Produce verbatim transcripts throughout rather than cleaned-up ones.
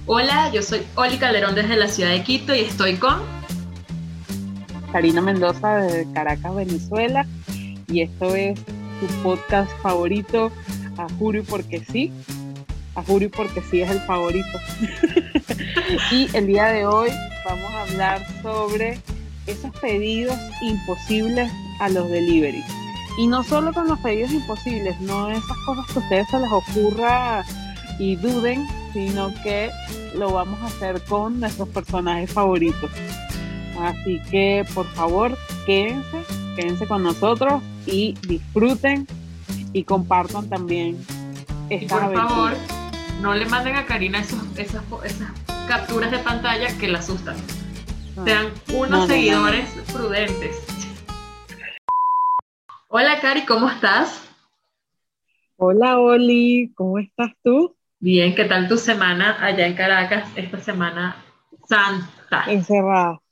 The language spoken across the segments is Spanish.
Hola, yo soy Oli Calderón desde la ciudad de Quito y estoy con... Karina Mendoza desde Caracas, Venezuela, y esto es tu podcast favorito, A Juro y Porque Sí. A Juro y Porque Sí es el favorito. Y el día de hoy vamos a hablar sobre esos pedidos imposibles a los delivery. Y no solo con los pedidos imposibles, no esas cosas que a ustedes se les ocurra y duden, sino que lo vamos a hacer con nuestros personajes favoritos. Así que, por favor, quédense, quédense con nosotros y disfruten y compartan también Y estas por aventuras. favor, no le manden a Karina esos, esas, esas capturas de pantalla que la asustan. Ah. Sean unos No, no, seguidores no, no. prudentes. Hola, Cari, ¿cómo estás? Hola, Oli, ¿cómo estás tú? Bien, ¿qué tal tu semana allá en Caracas, esta semana santa? Encerrada,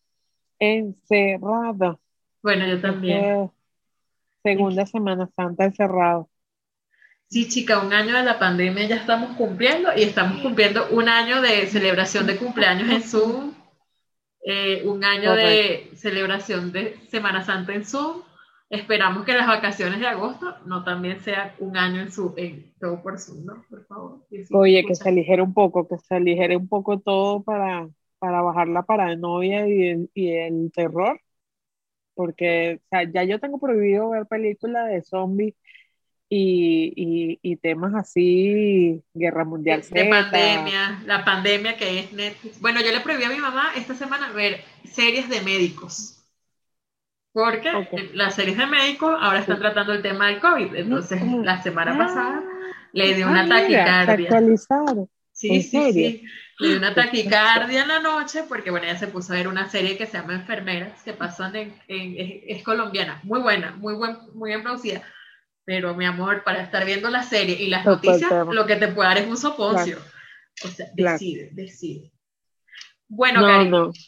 encerrada. Bueno, yo también. Este, segunda Semana Santa encerrado. Sí, chica, un año de la pandemia ya estamos cumpliendo y estamos cumpliendo un año de celebración de cumpleaños en Zoom, eh, un año Correcto. de celebración de Semana Santa en Zoom. Esperamos que las vacaciones de agosto no también sea un año en, su, en todo por Zoom, ¿no? Por favor. Sí, sí, Oye, que escucha. se aligere un poco, que se aligere un poco todo para, para bajar la paranoia y el, y el terror, porque o sea, ya yo tengo prohibido ver películas de zombies y, y, y temas así, Guerra Mundial De, de Z. pandemia, la pandemia que es Netflix. Bueno, yo le prohibí a mi mamá esta semana ver series de médicos. Porque Okay. las series de médicos ahora están tratando el tema del COVID. Entonces, la semana pasada Ah, le dio ah, una mira, se taquicardia. actualizaron. Sí, ¿En sí, serio? sí. Le dio una Qué taquicardia en la noche porque, bueno, ella se puso a ver una serie que se llama Enfermeras, que pasan en, en es, es colombiana. Muy buena, muy, buen, muy bien producida. Pero, mi amor, para estar viendo la serie y las tocó el noticias, tema. lo que te puede dar es un Claro, soponcio. O sea, claro. decide, decide. Bueno, No, Cari, no,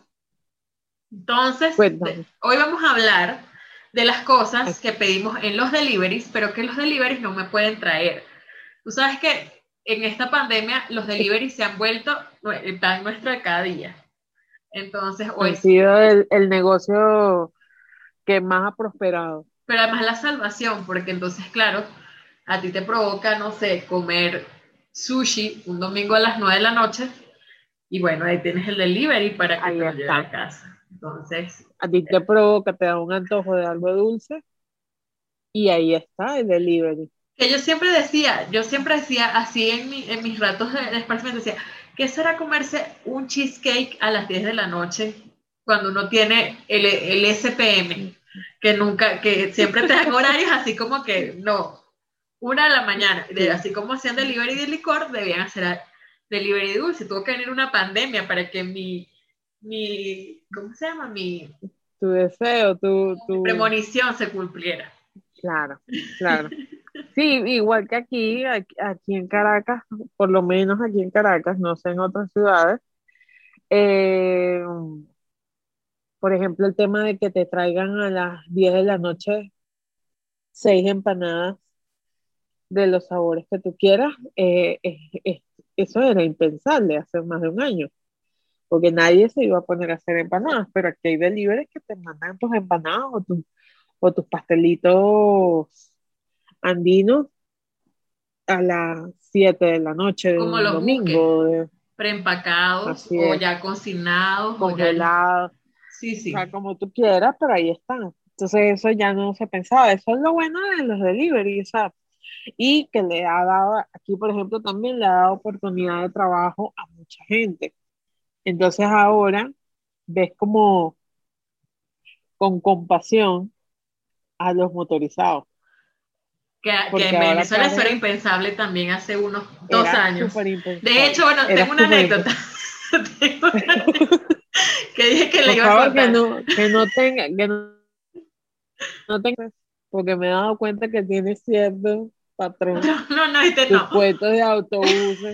entonces, de, cuéntame. hoy vamos a hablar de las cosas que pedimos en los deliveries, pero que los deliveries no me pueden traer. Tú sabes que en esta pandemia los deliveries se han vuelto el pan nuestro de cada día. Entonces, hoy, Han sido el, el negocio que más ha prosperado. pero además la salvación, porque entonces, claro, a ti te provoca, no sé, comer sushi un domingo a las nueve de la noche y bueno, ahí tienes el delivery para que Ahí te lo lleve está. a casa. Entonces, A ti te provoca, te da un antojo de algo dulce y ahí está el delivery. que yo siempre decía, yo siempre decía así en, mi, en mis ratos de, de esparcimiento, decía, ¿qué será comerse un cheesecake a las diez de la noche cuando uno tiene el, el S P M? Que nunca, que siempre te dan horarios así como que, no, una de la mañana, de, Sí. así como hacían delivery de licor, debían hacer delivery de dulce. Tuvo que venir una pandemia para que mi, mi ¿cómo se llama? Mi, Tu deseo, tu, mi tu... premonición se cumpliera. Claro, claro. Sí, igual que aquí, aquí, aquí en Caracas, por lo menos aquí en Caracas, no sé en otras ciudades, eh, por ejemplo, el tema de que te traigan a las diez de la noche seis empanadas de los sabores que tú quieras, eh, es- es- eso era impensable hace más de un año, porque nadie se iba a poner a hacer empanadas, pero aquí hay deliveries que te mandan tus empanadas o, tu- o tus pastelitos andinos a las siete de la noche de Como un los buques, domingo, de- preempacados así o es, ya cocinados o ya... congelados, Sí, o sea, sí. como tú quieras, pero ahí están. Entonces eso ya no se pensaba, eso es lo bueno de los delivery, o sea, y que le ha dado, aquí por ejemplo también le ha dado oportunidad de trabajo a mucha gente. Entonces ahora ves como con compasión a los motorizados, Que, que porque en ahora Venezuela eso era cargan, impensable también hace unos dos era años. súper De hecho, impensable, bueno, era tengo una súper anécdota. impensable. Tengo una anécdota que dije que le Por iba a favor, que contar. no, que no tenga, que no, no tenga, porque me he dado cuenta que tiene cierto patrón, No, no, no, este tus no. puestos de autobuses.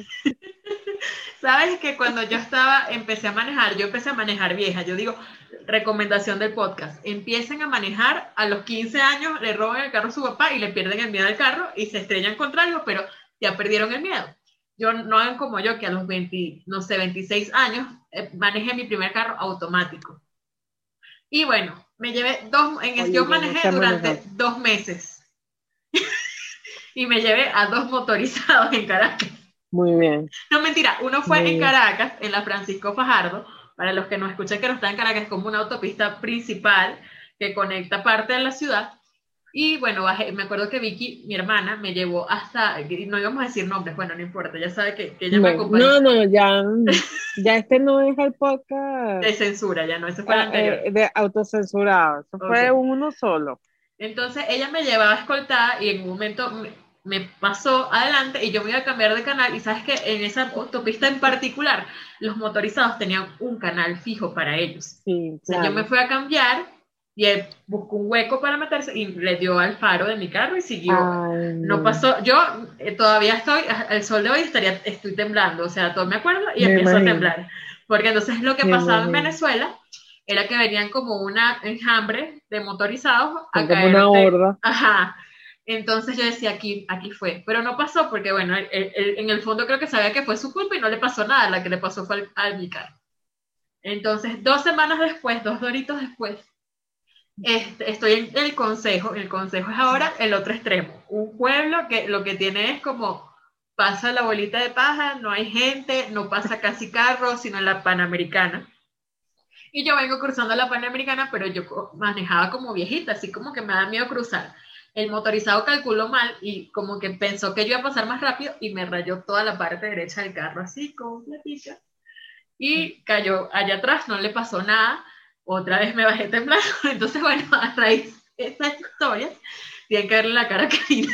Sabes que cuando yo estaba, empecé a manejar, yo empecé a manejar vieja. Yo digo, recomendación del podcast, empiecen a manejar a los quince años, le roban el carro a su papá y le pierden el miedo al carro y se estrellan contra algo, pero ya perdieron el miedo. yo no hagan como yo, que a los veinte, no sé, veintiséis años, eh, manejé mi primer carro automático. Y bueno, me llevé dos, en el, Oye, yo yo no manejé sé durante manejar. dos meses y me llevé a dos motorizados en Caracas. Muy bien, No, mentira, uno fue muy en bien. Caracas, en la Francisco Fajardo. Para los que no escuchan que no está en Caracas, es como una autopista principal que conecta parte de la ciudad. Y bueno, bajé, me acuerdo que Vicky, mi hermana, me llevó hasta, no íbamos a decir nombres, bueno, no importa, ya sabe que, que ella me Bueno, acompañó. no, no, ya, ya este no es el podcast De censura, ya no, ese fue el ah, anterior. eh, de autocensurado, eso Ok. fue uno solo. Entonces ella me llevaba escoltada y en un momento me, me pasó adelante y yo me iba a cambiar de canal y sabes que en esa autopista en particular los motorizados tenían un canal fijo para ellos. Sí, O sea, yo me claro. fui a cambiar y él buscó un hueco para meterse y le dio al faro de mi carro y siguió. Ay, No no, pasó, yo eh, todavía estoy, al sol de hoy estaría, estoy temblando, o sea, todo me acuerdo y me empiezo a imagino, temblar. Porque entonces lo que me pasaba en imagino. Venezuela era que venían como una enjambre de motorizados Son a como una caerte, horda. ajá. Entonces yo decía, aquí, aquí fue, pero no pasó porque, bueno, él- él- él en el fondo creo que sabía que fue su culpa y no le pasó nada, la que le pasó fue al, al mi carro. Entonces, dos semanas después, dos doritos después, este, estoy en el consejo. El consejo es ahora el otro extremo. Un pueblo que lo que tiene es como pasa la bolita de paja, no hay gente, no pasa casi carro, sino en la Panamericana. Y yo vengo cruzando la Panamericana, pero yo manejaba como viejita, así como que me da miedo cruzar. El motorizado calculó mal y como que pensó que yo iba a pasar más rápido y me rayó toda la parte derecha del carro así, completita. Y cayó allá atrás, no le pasó nada. Otra vez me bajé temblando. Entonces, bueno, a raíz de estas historias, tienen que verle la cara a Karina.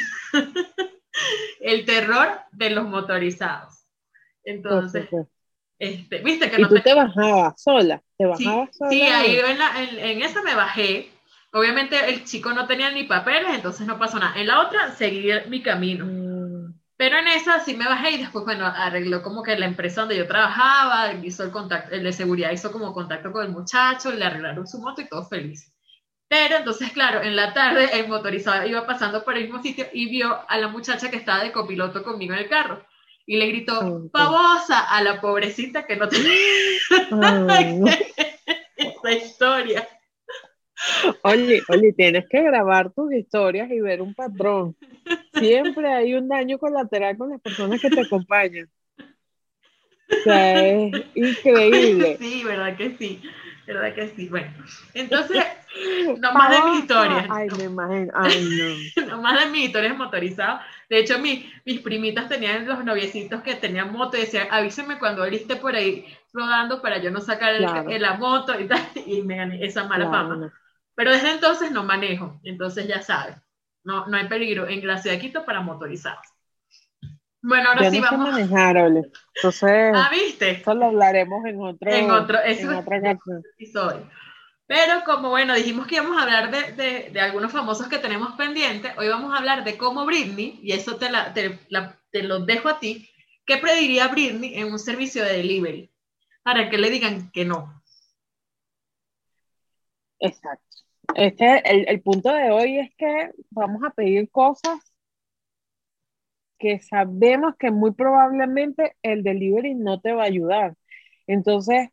El terror de los motorizados. Por Entonces, supuesto. este, viste que Y no tú te... te bajabas sola, te Sí, bajabas sí, ahí sola. en, la, en, en esa me bajé. Obviamente el chico no tenía ni papeles, entonces no pasó nada. En la otra seguí mi camino. Mm, Pero en esa sí me bajé y después, bueno, arregló como que la empresa donde yo trabajaba, hizo el contacto, el de seguridad hizo como contacto con el muchacho, le arreglaron su moto y todo feliz. Pero entonces, claro, en la tarde el motorizado iba pasando por el mismo sitio y vio a la muchacha que estaba de copiloto conmigo en el carro. Y le gritó, ok. pavosa, a la pobrecita que no tenía Ay, no. esa historia. Oye, oye, tienes que grabar tus historias y ver un patrón. Siempre hay un daño colateral con las personas que te acompañan. O sea, es increíble. Sí, verdad que sí, verdad que sí. Bueno, entonces, no más de mis Pavosa. historias, Ay, no, me imagino. Ay, no. no más de mis historias motorizadas. De hecho, mi, mis primitas tenían los noviecitos que tenían moto y decían, avíseme cuando él esté por ahí rodando para yo no sacar el, Claro, el- la moto y tal, y me gané esa mala claro, fama. no. Pero desde entonces no manejo, entonces ya sabes, no, no hay peligro en la ciudad de Quito para motorizados. Bueno, ahora Yo sí no sé vamos. manejar, Ole. Entonces, Ah, ¿viste? eso lo hablaremos en En otro, otro, eso en es otra de ocasión. episodio. Pero como bueno, dijimos que íbamos a hablar de, de, de algunos famosos que tenemos pendientes, hoy vamos a hablar de cómo Britney, y eso te, la, te, la, te lo dejo a ti, ¿qué prediría Britney en un servicio de delivery? Para que le digan que no. Exacto. Este, el, el punto de hoy es que vamos a pedir cosas que sabemos que muy probablemente el delivery no te va a ayudar. Entonces,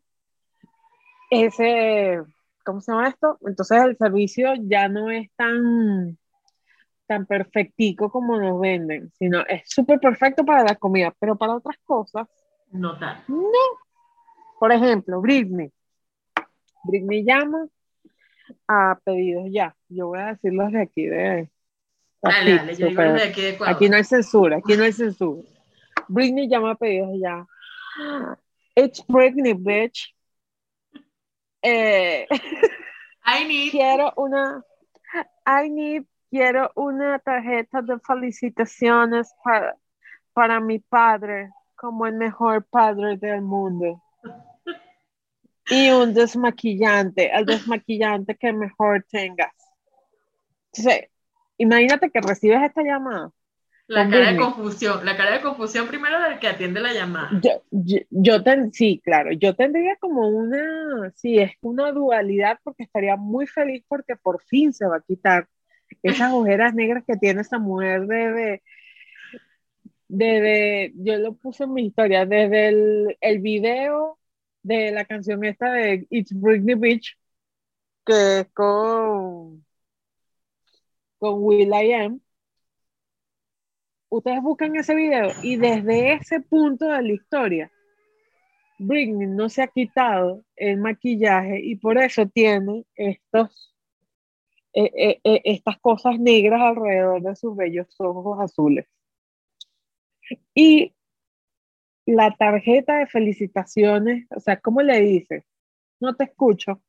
ese, ¿cómo se llama esto? Entonces el servicio ya no es tan, tan perfectico como nos venden, sino es súper perfecto para la comida, pero para otras cosas, No tal. no. Por ejemplo, Britney. Britney llama a pedidos ya. Yo voy a decirlos de aquí, de Dale, así, dale, yo digo los de súper. aquí de Aquí Ecuador. no hay censura, aquí no hay censura. Britney llama a pedidos ya. It's Britney, bitch. Eh, I need, quiero una, I need, quiero una tarjeta de felicitaciones para, para mi padre, como el mejor padre del mundo. Y un desmaquillante, el desmaquillante que mejor tengas. Entonces, imagínate que recibes esta llamada la con cara de Britney. confusión, la cara de confusión primero del que atiende la llamada. Yo, yo, yo ten- sí, claro, yo tendría como una, sí, es una dualidad porque estaría muy feliz porque por fin se va a quitar esas ojeras negras que tiene esa mujer de, de, desde, yo lo puse en mi historia, desde el, el video de la canción esta de It's Britney Beach, que es con, con will.i.am. Ustedes buscan ese video y desde ese punto de la historia, Britney no se ha quitado el maquillaje y por eso tiene estos, eh, eh, eh, estas cosas negras alrededor de sus bellos ojos azules. Y la tarjeta de felicitaciones, o sea, ¿cómo le dices? No te escucho.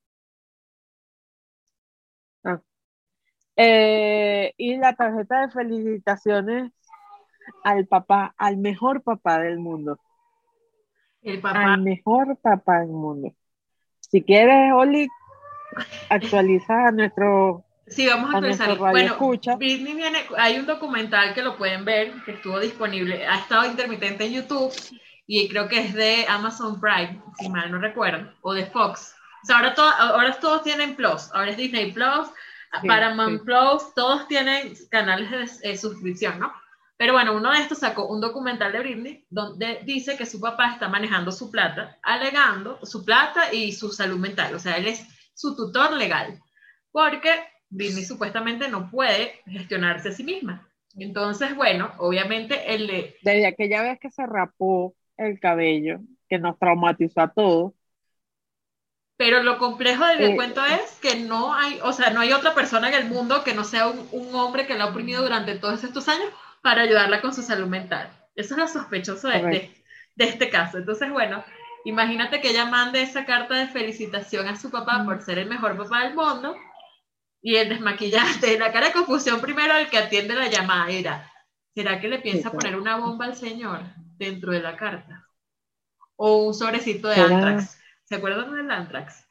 Ah. Eh, y la tarjeta de felicitaciones al papá, al mejor papá del mundo. El papá. Al mejor papá del mundo. Si quieres, Oli, actualiza a nuestro, Sí, vamos a a nuestro actualizarlo. radio Bueno, escucha. Britney viene, hay un documental que lo pueden ver, que estuvo disponible, ha estado intermitente en YouTube y creo que es de Amazon Prime, si mal no recuerdo, o de Fox. O sea, ahora, todo, ahora todos tienen Plus, ahora es Disney Plus, Sí, Paramount sí. Plus, todos tienen canales de eh, suscripción, ¿no? Pero bueno, uno de estos sacó un documental de Britney donde dice que su papá está manejando su plata, alegando su plata y su salud mental, o sea, él es su tutor legal, porque Britney supuestamente no puede gestionarse a sí misma. Entonces, bueno, obviamente el de... Desde aquella vez que se rapó el cabello, que nos traumatizó a todos. Pero lo complejo del Eh, cuento es que no hay, o sea, no hay otra persona en el mundo que no sea un, un hombre que la ha oprimido durante todos estos años para ayudarla con su salud mental. Eso es lo sospechoso de, de, de este caso. Entonces, bueno, imagínate que ella mande esa carta de felicitación a su papá por ser el mejor papá del mundo y el desmaquillante, la cara de confusión primero el que atiende la llamada era, ¿será que le piensa sí, poner una bomba al señor dentro de la carta? O un sobrecito de será, Antrax. ¿Se acuerdan del Antrax?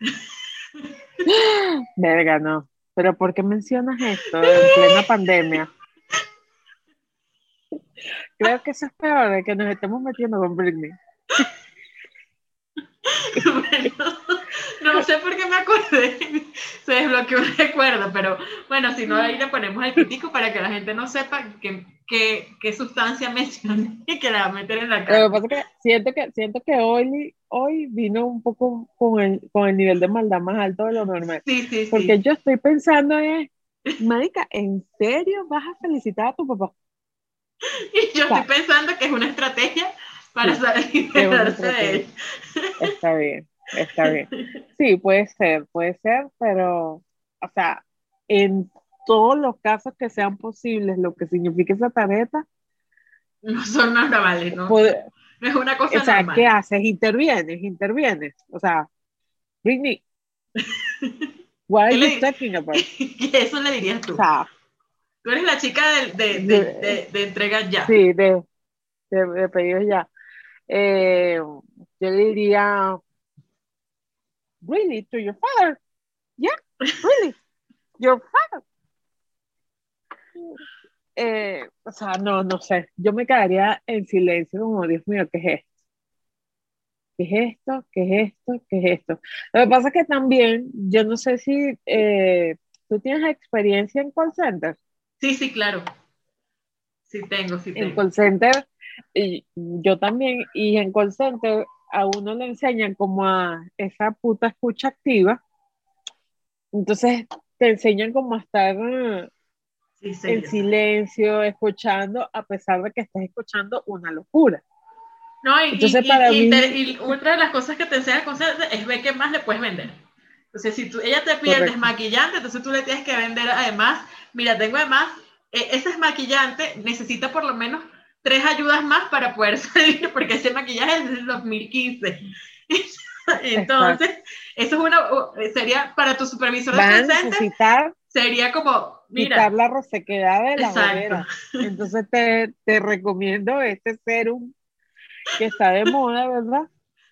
verga, no. Pero ¿por qué mencionas esto en plena pandemia? Creo que eso es peor de que nos estemos metiendo con Britney. Bueno, no sé por qué me acordé, se desbloqueó un recuerdo, pero bueno, si no, ahí le ponemos el pitico para que la gente no sepa qué que, que sustancia mencioné y que la va a meter en la Lo carta. que pasa es que siento que, siento que hoy, hoy vino un poco con el, con el nivel de maldad más alto de lo normal. Sí, sí, Porque sí. yo estoy pensando en, marica, ¿en serio vas a felicitar a tu papá? Y yo O estoy sea, pensando que es una estrategia para sí, saber es una liberarse de estrategia. él. Está bien, está bien. Sí, puede ser, puede ser, pero, o sea, en todos los casos que sean posibles, lo que signifique esa tarjeta, No son normales, ¿no? puede, No es una o cosa sea, ¿qué normal. haces? Intervienes, intervienes. O sea, Britney, what are ¿Qué you le, talking about? eso le dirías O tú? sea, Tú eres la chica de, de, de, de- de, de entrega ya. sí, de, de, de pedidos ya. Eh, yo le diría, really, to your father? Yeah, really, your father. Eh, o sea, no, no sé. Yo me quedaría en silencio, como, Dios mío, ¿qué es esto? ¿Qué es esto? ¿Qué es esto? ¿Qué es esto? Lo que pasa es que también, yo no sé si eh, tú tienes experiencia en call center. Sí, sí, claro. Sí tengo, sí En tengo. call center, y yo también, y en call center a uno le enseñan como a esa puta escucha activa, entonces te enseñan como a estar eh, Sí, en serio. silencio, escuchando, a pesar de que estás escuchando una locura. No, y, Entonces y, para y, te- mí, y otra de las cosas que te enseña el concepto es ver qué más le puedes vender. Entonces, si tú, ella te pide el correcto, desmaquillante, entonces tú le tienes que vender además, mira, tengo además, eh, ese desmaquillante necesita por lo menos tres ayudas más para poder salir, porque ese maquillaje es del dos mil quince. exacto. Entonces, eso es una, sería para tu supervisor de Vas a call center, necesitar sería como, quitar mira, la resequedad de las exacto. ojeras. Entonces te, te recomiendo este serum que está de moda, ¿verdad?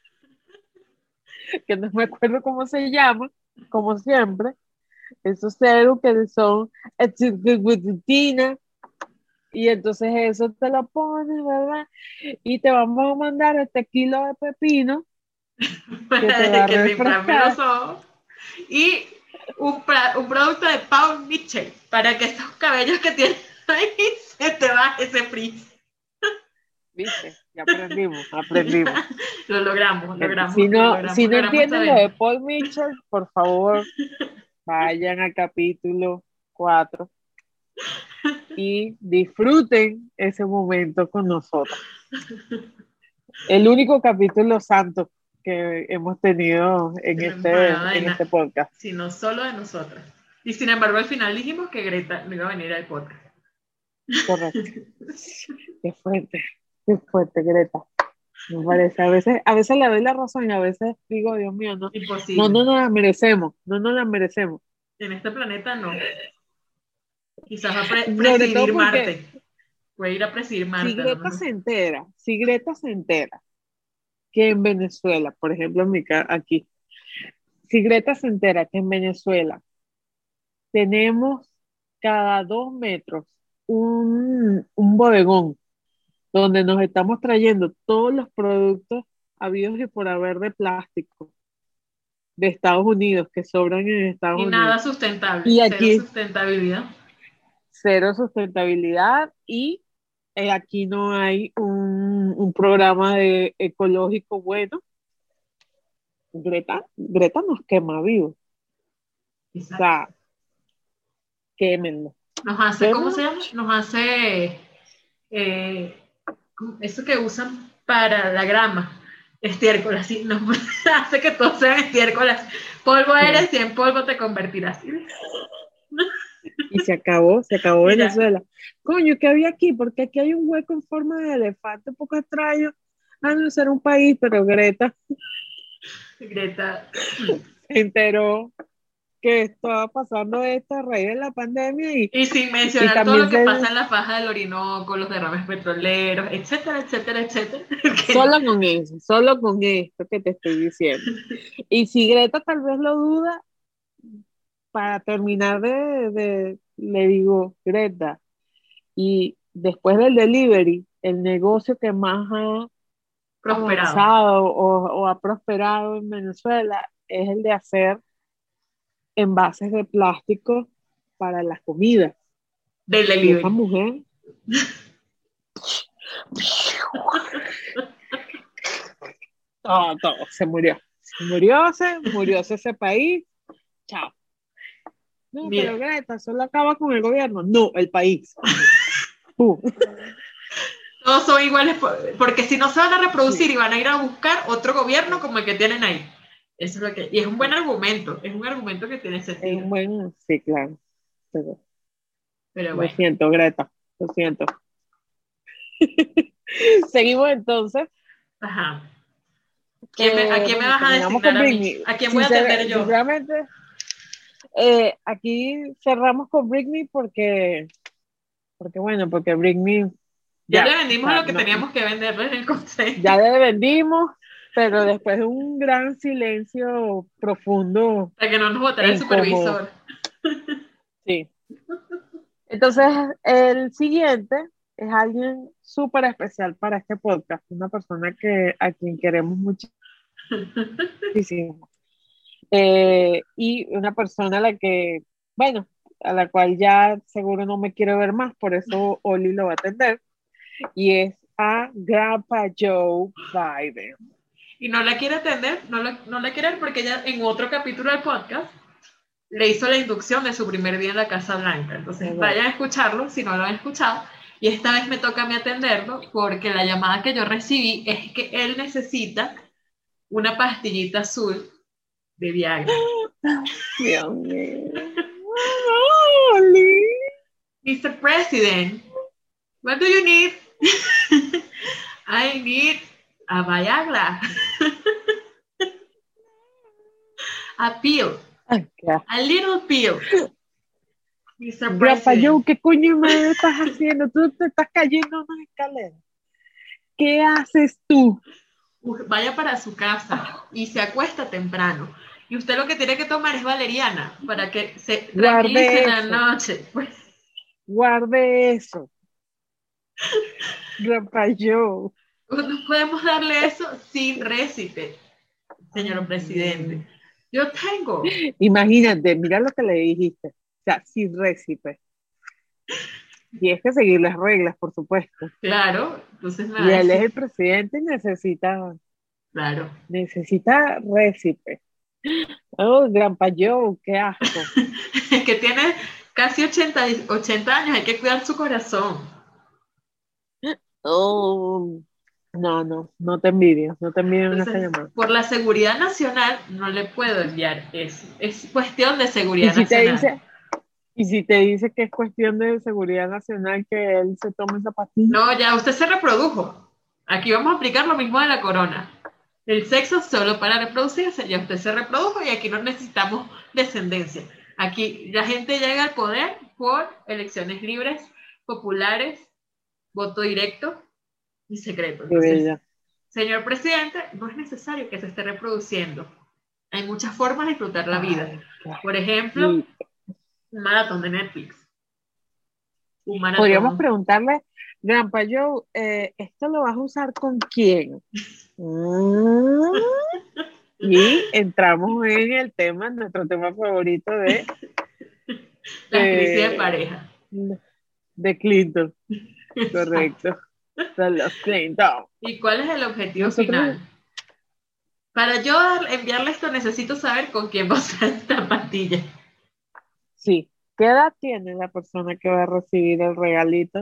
Que no me acuerdo cómo se llama, como siempre, esos ceros que son tina, y entonces eso te lo pones, ¿verdad? Y te vamos a mandar este kilo de pepino que te va a Que te inflame los refrescar. ojos. Y un, un producto de Paul Mitchell para que esos cabellos que tienes ahí se te baje ese frizz. ¿Viste? Ya aprendimos, aprendimos. Lo logramos, logramos. Si lo no, logramos, si no logramos entienden esta lo de vez. Paul Mitchell, por favor, vayan al capítulo cuatro y disfruten ese momento con nosotros. El único capítulo santo que hemos tenido en, Que no hemos este, hablado de en nada, este podcast. sino solo de nosotras. Y sin embargo, al final dijimos que Greta no iba a venir al podcast. Correcto. Qué fuerte, qué fuerte, Greta. Me parece, a veces, a veces le doy la razón y a veces digo, Dios mío, no, Imposible. no, no nos la merecemos, no nos la merecemos. En este planeta no. Quizás va a pre Sobre todo presidir porque Marte. Puede ir a presidir Marte. si Greta ¿no? se entera, si Greta se entera que en Venezuela, por ejemplo, en mi ca- aquí, si Greta se entera que en Venezuela tenemos cada dos metros un, un bodegón donde nos estamos trayendo todos los productos habidos y por haber de plástico de Estados Unidos que sobran en Estados Y Unidos. nada sustentable. Y Cero aquí sustentabilidad. cero sustentabilidad y eh, aquí no hay un, un programa de ecológico bueno. Greta, Greta nos quema vivo. O sea, quémenlo. Nos hace, ¿cómo Quémenlo. se llama? Nos hace eh, eso que usan para la grama, estiércol, así, nos hace que todos sean estiércoles. Polvo eres y en polvo te convertirás. Y se acabó, se acabó Mira. Venezuela. Coño, ¿qué había aquí? Porque aquí hay un hueco en forma de elefante, un poco extraño. Ah, no ser un país, pero Greta Greta se enteró que estaba pasando esto a raíz de la pandemia y, y sin y mencionar todo lo que se, pasa en la faja del Orinoco, los derrames petroleros, etcétera, etcétera, etcétera. solo con eso, solo con esto que te estoy diciendo. Y si Greta tal vez lo duda, para terminar de, de le digo, Greta, y después del delivery, el negocio que más ha Prosperado. avanzado o, o ha prosperado en Venezuela es el de hacer envases de plástico para la comida. Del Y esa delivery. mujer todo, todo, se murió. Se murió, se murió ese país. Chao. No, Mira. pero Greta, solo acaba con el gobierno. No, el país. Uh. Todos son iguales porque si no se van a reproducir sí. y van a ir a buscar otro gobierno como el que tienen ahí. Eso es lo que, y es un buen argumento, es un argumento que tiene sentido. Es un buen, sí, claro. Pero, pero lo bueno. siento, Greta, lo siento. Seguimos entonces. Ajá. ¿Quién me, eh, ¿A quién bueno, me vas a designar a mí? ¿A quién voy a atender yo? Sinceramente, eh, aquí cerramos con Britney porque, porque bueno, porque Britney ya, ya le vendimos o sea, lo que no, teníamos que venderle en el consejo. Ya le vendimos, pero después de un gran silencio profundo. Para que no nos votara el supervisor. Sí. Entonces, el siguiente es alguien súper especial para este podcast, una persona que, a quien queremos muchísimo. Eh, y una persona a la que, bueno, a la cual ya seguro no me quiero ver más, por eso Oli lo va a atender, y es a Grandpa Joe Biden. Y no la quiere atender, no la, no la quiere porque ella en otro capítulo del podcast le hizo la inducción de su primer día en la Casa Blanca. Entonces okay. Vayan a escucharlo si no lo han escuchado. Y esta vez me toca a mí atenderlo porque la llamada que yo recibí es que él necesita una pastillita azul de Viagra. Dios mío. mister President, what do you need? I need a Viagra. A pill. Okay. A little pill. mister Grandpa Joe, ¿qué coño me estás haciendo? Tú te estás cayendo en una escalera. ¿Qué haces tú? Vaya para su casa y se acuesta temprano. Y usted lo que tiene que tomar es valeriana para que se tranquilice en la noche. Guarde eso. Grandpa Joe. No podemos darle eso sin récipe, señor presidente. Yo tengo. Imagínate, mira lo que le dijiste. O sea, sin récipe. Tienes que seguir las reglas, por supuesto. Claro, entonces me va Y a él es decir, el presidente y necesita, claro. necesita récipe. Oh, Grandpa Joe, qué asco. Que tiene casi ochenta y- ochenta años, hay que cuidar su corazón. Oh, no, no, no te envidio, no te envidio en esa Entonces, llamada. por la seguridad nacional, no le puedo enviar eso. Es cuestión de Y seguridad si te nacional. dice, y si te dice que es cuestión de seguridad nacional que él se tome esa pastilla, No, ya usted se reprodujo. Aquí vamos a aplicar lo mismo de la corona. El sexo solo para reproducirse, ya usted se reprodujo y aquí no necesitamos descendencia. Aquí la gente llega al poder por elecciones libres, populares, voto directo y secreto. qué Entonces, bella. señor presidente, no es necesario que se esté reproduciendo. Hay muchas formas de disfrutar la vida. Ay, qué Por ejemplo, rico. un maratón de Netflix. Un Podríamos maratón. preguntarle, Grandpa Joe, eh, ¿esto lo vas a usar con quién? Mm, y entramos en el tema, nuestro tema favorito de, Las crisis de de, pareja. de Clinton, Exacto. correcto, de los Clinton. ¿Y cuál es el objetivo Nosotros, final? Para yo enviarle esto necesito saber con quién va a usar esta pastilla. sí, ¿qué edad tiene la persona que va a recibir el regalito,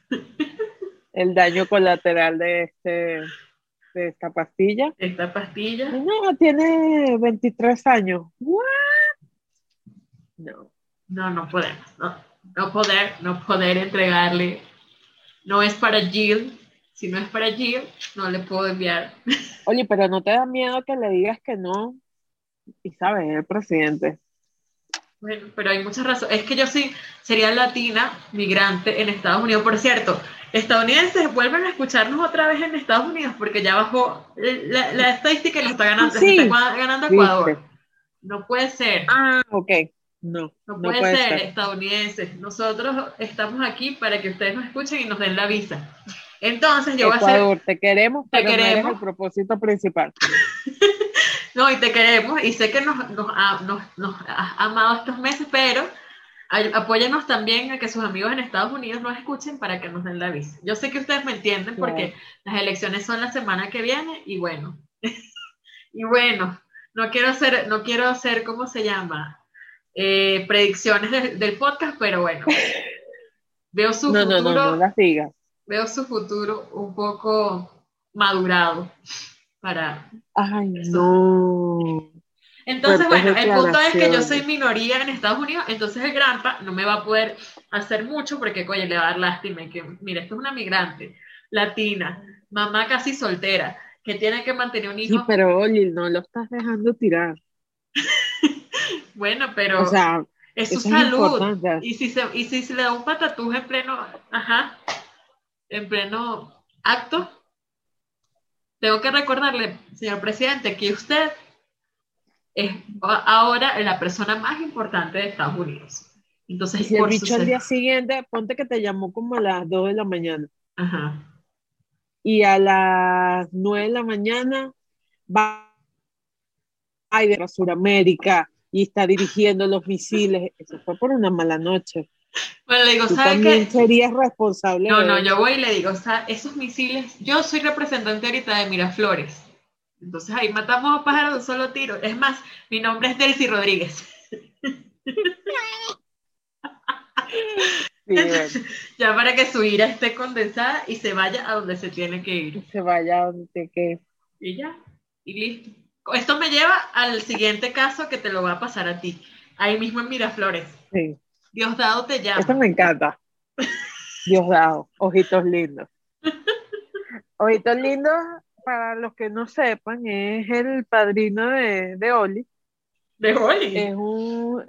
el daño colateral de, este, de esta pastilla? Esta pastilla. No, tiene veintitrés años. ¿What? No. No, no podemos. No, no poder, no poder entregarle. No es para Jill. Si no es para Jill, no le puedo enviar. Oye, pero no te da miedo que le digas que no, y sabes, es el presidente. Bueno, pero hay muchas razones. Es que yo sí sería latina, migrante en Estados Unidos. Por cierto, estadounidenses vuelven a escucharnos otra vez en Estados Unidos porque ya bajó la, la estadística y lo está Ah, ganando, se está sí, ganando Ecuador. viste. No puede ser. Ah, ok. No, No no puede puede ser, ser. estadounidenses. Nosotros estamos aquí para que ustedes nos escuchen y nos den la visa. Entonces yo voy a hacer, Ecuador, te queremos, te pero no eres queremos, el propósito principal. no, y te queremos, y sé que nos, nos, ha- nos, nos has amado estos meses, pero ay- apóyanos también a que sus amigos en Estados Unidos nos escuchen para que nos den la visa. Yo sé que ustedes me entienden porque Claro. las elecciones son la semana que viene y bueno, y bueno, no quiero hacer, no quiero hacer, ¿cómo se llama? Eh, predicciones de- del podcast, pero bueno, veo su No, no, no, no futuro las digas. veo su futuro un poco madurado para Ay, eso. no. Entonces, Fuertes bueno, el punto es que yo soy declaraciones. minoría en Estados Unidos, entonces el Grampa no me va a poder hacer mucho porque, oye, le va a dar lástima y que, mira, esto es una migrante latina, mamá casi soltera, que tiene que mantener un Sí, hijo. pero oye, no lo estás dejando tirar. Bueno, O pero sea, es su eso es salud. importante. Y si se, y si se le da un patatús en pleno, ajá, en pleno acto, tengo que recordarle, señor presidente, que usted es ahora la persona más importante de Estados Unidos. Y Entonces, si el por su bicho al ser. día siguiente, ponte que te llamó como a las dos de la mañana. Ajá. Y a las nueve de la mañana va a ir a Sudamérica y está dirigiendo los misiles. Eso fue por una mala noche. Bueno, le digo, Tú ¿sabe también qué? serías responsable No, no, de yo eso. voy y le digo, o sea, esos misiles, yo soy representante ahorita de Miraflores. Entonces ahí matamos a pájaros de un solo tiro. Es más, mi nombre es Delcy Rodríguez. Sí, Entonces, bueno, ya para que su ira esté condensada y se vaya a donde se tiene que que ir. se vaya donde te que. Y ya, y listo. Esto me lleva al siguiente caso que te lo va a pasar a ti. Ahí mismo en Miraflores. Sí. Diosdado te Esto llama. me encanta. Diosdado, ojitos lindos. Ojitos lindos, para los que no sepan, es el padrino de, de Oli. De Oli, Es un,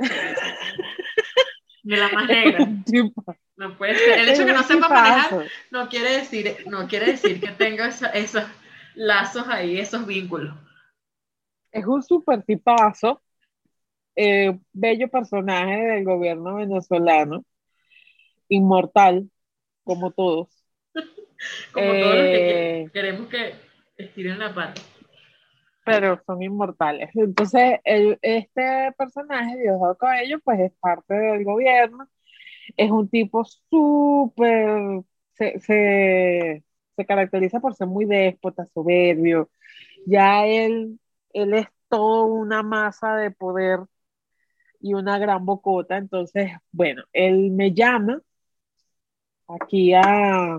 de la más es negra. un tipo, No puede ser. El es hecho de que no un sepa manejar tipazo. no quiere decir, no quiere decir que tenga esa- esos lazos ahí, esos vínculos. Es un super tipazo, eh, bello personaje del gobierno venezolano, inmortal, como todos. Como todos los que que- Eh, queremos que estiren la pata. pero son inmortales. Entonces, el- este personaje, Diosdado Cabello, pues es parte del gobierno Es un tipo súper, se, se, se caracteriza por ser muy déspota, soberbio. Ya él, él es todo una masa de poder y una gran bocota. Entonces, bueno, él me llama aquí a,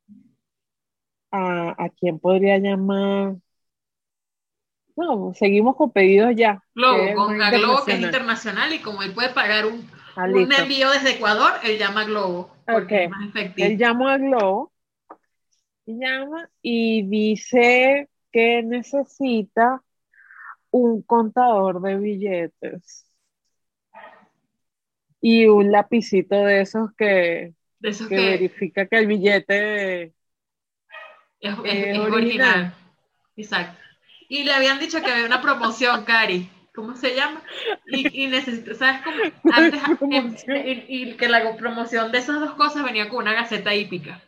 a, a quién podría llamar. No, seguimos con pedidos ya, que Globo, es el con más a Globo que es internacional. internacional y como él puede pagar un, Ah, un listo. envío desde Ecuador, él llama a Globo Ok. porque es más Él efectivo. llama a Globo, llama y dice que necesita un contador de billetes y un lapicito de esos que, De esos que que verifica que el billete es, es, es es original. original. Exacto. Y le habían dicho que había una promoción, Cari. ¿Cómo se llama? Y, y necesito, ¿sabes cómo? No es Antes, em, promoción. y, y que la promoción de esas dos cosas venía con una gaceta hípica.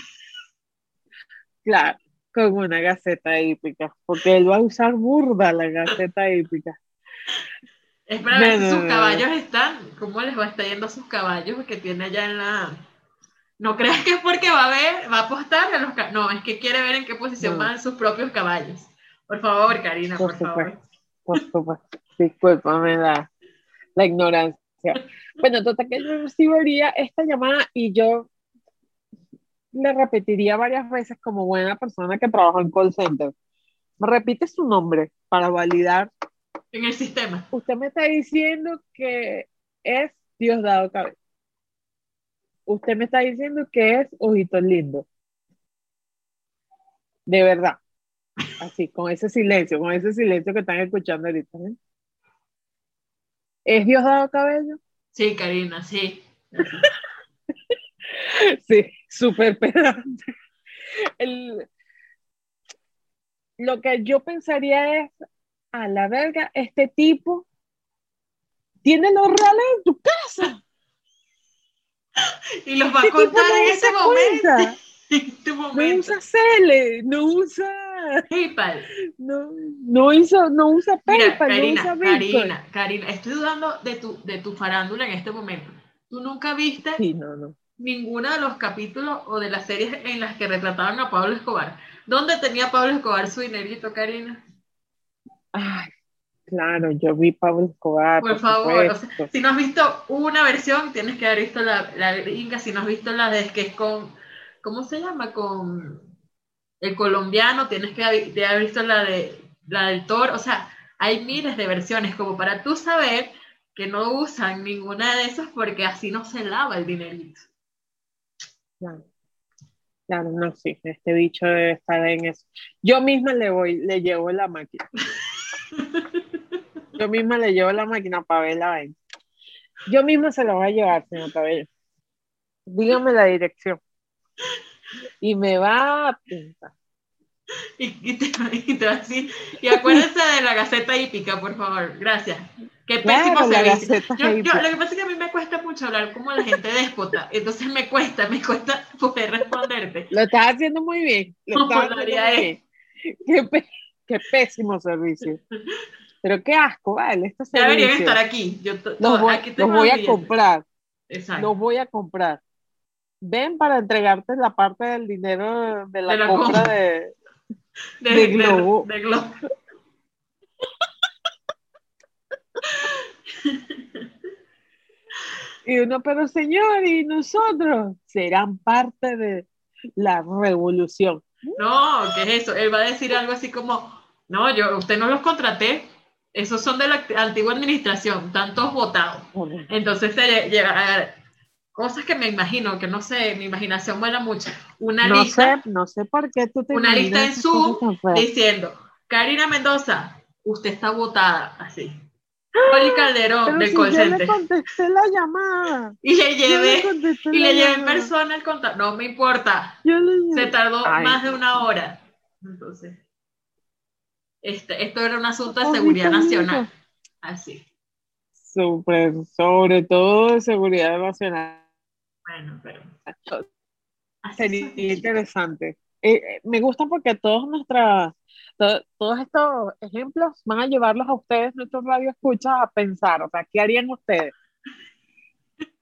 Claro, con una gaceta hípica, porque él va a usar burda la gaceta hípica. Es para ver No, si no, sus no, no. caballos están, cómo les va a estar yendo a sus caballos que tiene allá en la... No creas que es porque va a ver, va a apostar a los caballos. No, es que quiere ver en qué posición No, van sus propios caballos. Por favor, Karina, por por supuesto, favor. por supuesto. Discúlpame la, la ignorancia. Bueno, total que yo recibiría esta llamada y yo le repetiría varias veces como buena persona que trabaja en call center. Me repite su nombre para validar. En el sistema. Usted me está diciendo que es Diosdado Cabello. Usted me está diciendo que es Ojitos Lindo. De verdad. Así, con ese silencio, con ese silencio que están escuchando ahorita. ¿Eh? ¿Es Diosdado Cabello? Sí, Karina, sí. Así. Sí, súper pedante. El, lo que yo pensaría es, a la verga, este tipo tiene los reales en tu casa. Y los va a Este tipo contar no en usa este momento. cuenta, En este no momento. usa Cele, no usa, PayPal. no, no, hizo, no usa Mira, PayPal, no usa Karina, Bitcoin. Karina, Karina, estoy dudando de tu, de tu farándula en este momento. ¿Tú nunca viste Sí, no, no. ninguno de los capítulos o de las series en las que retrataban a Pablo Escobar? ¿Dónde tenía Pablo Escobar su dinerito, Karina? Ay, claro, yo vi Pablo Escobar, Por por favor, o sea, supuesto. si no has visto una versión, tienes que haber visto la, la gringa, si no has visto la de que es con, ¿cómo se llama? Con el colombiano, tienes que haber, de haber visto la de la del Thor, o sea, hay miles de versiones como para tú saber que no usan ninguna de esas porque así no se lava el dinerito. Claro, claro, no, sí, este bicho debe estar en eso. Yo misma le voy, le llevo la máquina. Yo misma le llevo la máquina para ver la vaina. Yo misma se la voy a llevar, señor Cabello. Dígame la dirección. Y me va a pintar. Y, y, te, y te va a decir, y acuérdense de la Gaceta Hípica, por favor, gracias. Qué pésimo Claro, la servicio. Gaceta Yo, yo, lo que Hípica. pasa es que a mí me cuesta mucho hablar como la gente déspota, entonces me cuesta, me cuesta poder responderte. Lo estás haciendo muy bien. Lo Como estás lo haciendo haría muy él. bien. Qué, pe- qué pésimo servicio. Pero qué asco, vale, este Ya deberían estar servicio. aquí. Yo to, Los to, voy, aquí los tengo voy los a billetes. comprar. Exacto. Los voy a comprar. Ven para entregarte la parte del dinero de De la la compra. compra de, De, de de, Globo. de Globo. Y uno, pero señor, y nosotros serán parte de la revolución. No, ¿qué es eso? Él va a decir algo así como, no, yo, usted no los contraté. Esos son de la antigua administración, están todos votados. Entonces se llega a ver cosas que me imagino, que no sé, mi imaginación vuela mucho. Una No sé, lista, no sé por qué tú te una lista imaginas en esas cosas Zoom tan feas. diciendo, Karina Mendoza, usted está votada, así. Oli Calderón, Pero del si call yo le center. contesté la llamada, Y le yo le llevé, contesté y la le llevé en llamada, persona el contacto. No me importa. yo le Se llevé. tardó Ay, más de no, una hora. Entonces, este, esto era un asunto de seguridad ojito nacional. lindo. Así. Sobre, sobre todo de seguridad nacional. Bueno, pero así Sería son, chicos. interesante. Eh, eh, me gustan porque todos nuestras, to- todos estos ejemplos van a llevarlos a ustedes, nuestros radioescuchas, a pensar, o sea, ¿qué harían ustedes?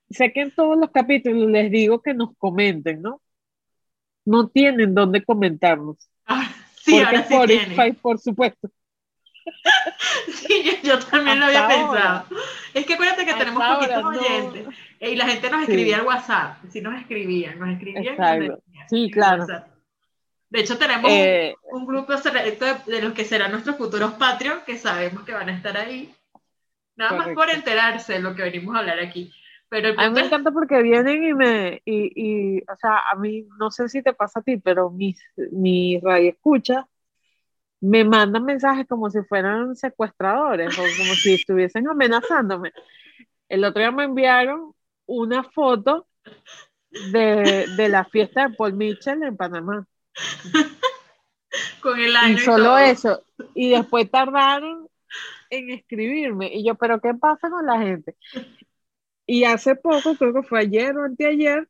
sé que en todos los capítulos les digo que nos comenten, ¿no? No tienen dónde comentarnos, Ahora, sí, porque ahora sí Spotify, tienen. por supuesto, Sí, yo, yo también lo había hasta ahora, pensado. Es que acuérdate que tenemos hasta poquitos ahora no, oyentes. eh, Y la gente nos escribía sí, al WhatsApp. Sí, nos escribían, nos escribían y nos exacto, decían sí, en el claro. WhatsApp. De hecho, tenemos un, Eh, un grupo selecto de, de los que serán nuestros futuros Patreon, que sabemos que van a estar ahí. Nada más por correcto. enterarse de lo que venimos a hablar aquí. Pero el A mí punto me es, encanta porque vienen y me, y, y, o sea, a mí, no sé si te pasa a ti, pero mis, mis radioescuchas me mandan mensajes como si fueran secuestradores o como si estuviesen amenazándome. El otro día me enviaron una foto de, de la fiesta de Paul Mitchell en Panamá. con el Y liner y solo todo. eso. Y después tardaron en escribirme. Y yo, ¿pero qué pasa con la gente? Y hace poco, creo que fue ayer o anteayer,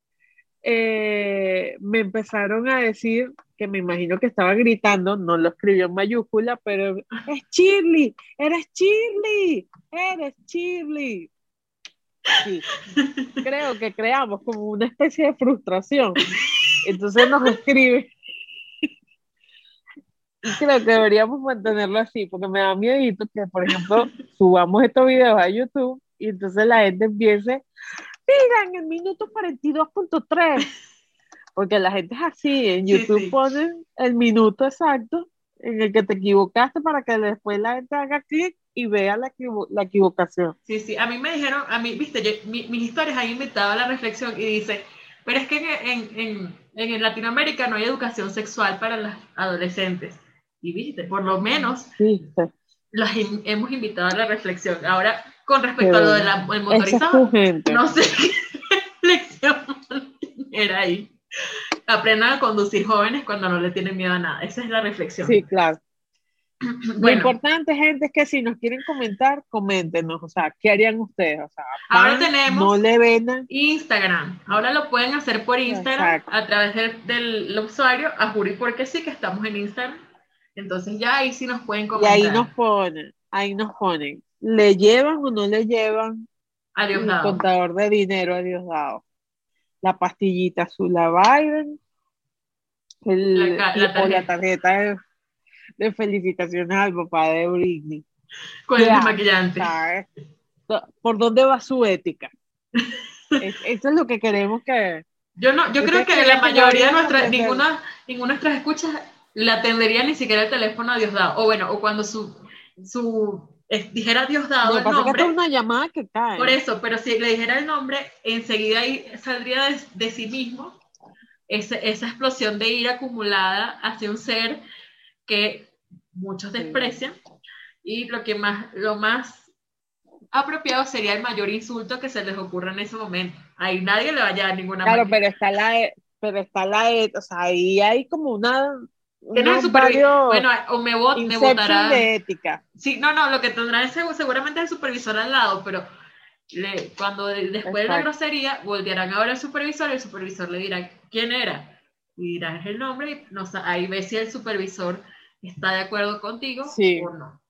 eh, me empezaron a decir, que me imagino que estaba gritando, no lo escribió en mayúscula, pero es Shirley, eres Shirley, eres Shirley. Sí, creo que creamos como una especie de frustración. Entonces nos escribe y creo que deberíamos mantenerlo así, porque me da miedo que, por ejemplo, subamos estos videos a YouTube y entonces la gente empiece, mira, en el minuto cuarenta y dos punto tres, porque la gente es así, en Sí, YouTube sí. ponen el minuto exacto en el que te equivocaste para que después la gente haga clic y vea la, equivo- la equivocación. Sí, sí, a mí me dijeron, a mí, viste, yo, mi, mis historias han invitado a la reflexión y dice, pero es que en, en, en, en Latinoamérica no hay educación sexual para las adolescentes. Y viste, por lo menos ¿Viste? las in- hemos invitado a la reflexión. Ahora, con Qué respecto a lo del bueno. Esa es motorizado, tu gente. no sé qué reflexión era ahí. Aprendan a conducir jóvenes cuando no le tienen miedo a nada. Esa es la reflexión. Sí, claro. Lo Bueno, importante, gente, es que si nos quieren comentar, coméntenos. O sea, ¿qué harían ustedes? O sea, ahora van, no tenemos le ven. Instagram. Ahora lo pueden hacer por Instagram Exacto. a través del, del usuario a Juri porque sí que estamos en Instagram. Entonces ya ahí sí nos pueden Y ahí comentar. nos ponen, ahí nos ponen, ¿le llevan o no le llevan Adiós el dado. contador de dinero a Diosdado? La pastillita azul la Biden, La, el, ca- y- la o la tarjeta tarjeta de, de felicitaciones al papá de Britney. con el ¿Qué hace? desmaquillante. ¿Sabes? ¿Por dónde va su ética? Es- eso es lo que queremos que... Yo no, yo creo ¿Ustedes que la creerían que yo mayoría de haría nuestras, también de... ninguna, ninguna de nuestras escuchas le atendería ni siquiera el teléfono a Diosdado. O bueno, o cuando su, su eh, dijera Lo Diosdado que el pasa es que esto es nombre, una llamada que por cae. eso, pero si le dijera el nombre, enseguida ahí saldría de, de sí mismo ese, esa explosión de ira acumulada hacia un ser que muchos Sí. desprecian y lo que más, lo más apropiado sería el mayor insulto que se les ocurra en ese momento. Ahí nadie le vaya a dar ninguna Claro, máquina. pero está la, e- pero está la, e- o sea, ahí hay como una, Tienes el unos supervisor, varios bueno, o me, vot, me inception votará. de ética. Sí, no, no, lo que tendrá es seguramente el supervisor al lado, pero le, cuando después de la Exacto. grosería voltearán a ver al supervisor y el supervisor le dirá quién era y dirás el nombre y no, ahí ves si el supervisor está de acuerdo contigo o Sí. no.